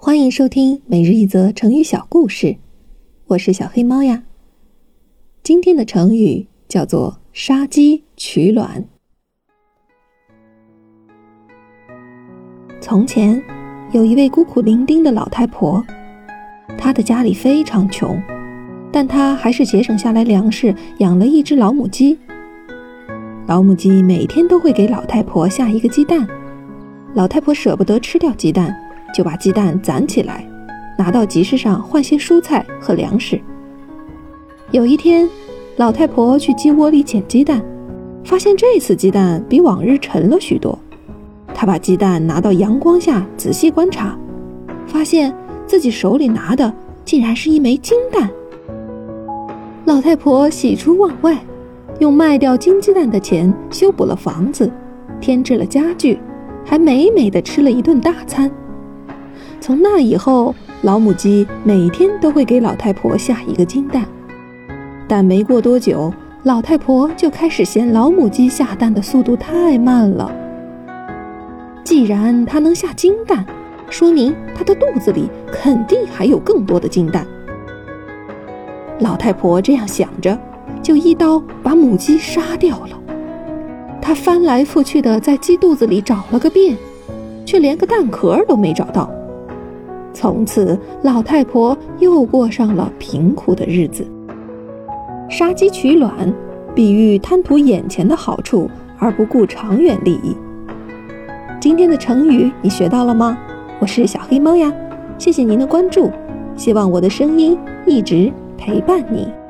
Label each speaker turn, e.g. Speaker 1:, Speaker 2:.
Speaker 1: 欢迎收听每日一则成语小故事，我是小黑猫呀。今天的成语叫做杀鸡取卵。从前有一位孤苦伶仃的老太婆，她的家里非常穷，但她还是节省下来粮食养了一只老母鸡。老母鸡每天都会给老太婆下一个鸡蛋，老太婆舍不得吃掉鸡蛋，就把鸡蛋攒起来，拿到集市上换些蔬菜和粮食。有一天，老太婆去鸡窝里捡鸡蛋，发现这次鸡蛋比往日沉了许多。她把鸡蛋拿到阳光下仔细观察，发现自己手里拿的竟然是一枚金蛋。老太婆喜出望外，用卖掉金鸡蛋的钱修补了房子，添置了家具，还美美地吃了一顿大餐。从那以后，老母鸡每天都会给老太婆下一个金蛋。但没过多久，老太婆就开始嫌老母鸡下蛋的速度太慢了。既然它能下金蛋，说明它的肚子里肯定还有更多的金蛋。老太婆这样想着，就一刀把母鸡杀掉了。她翻来覆去的在鸡肚子里找了个遍，却连个蛋壳都没找到。从此，老太婆又过上了贫苦的日子。杀鸡取卵，比喻贪图眼前的好处而不顾长远利益。今天的成语你学到了吗？我是小黑猫呀，谢谢您的关注，希望我的声音一直陪伴你。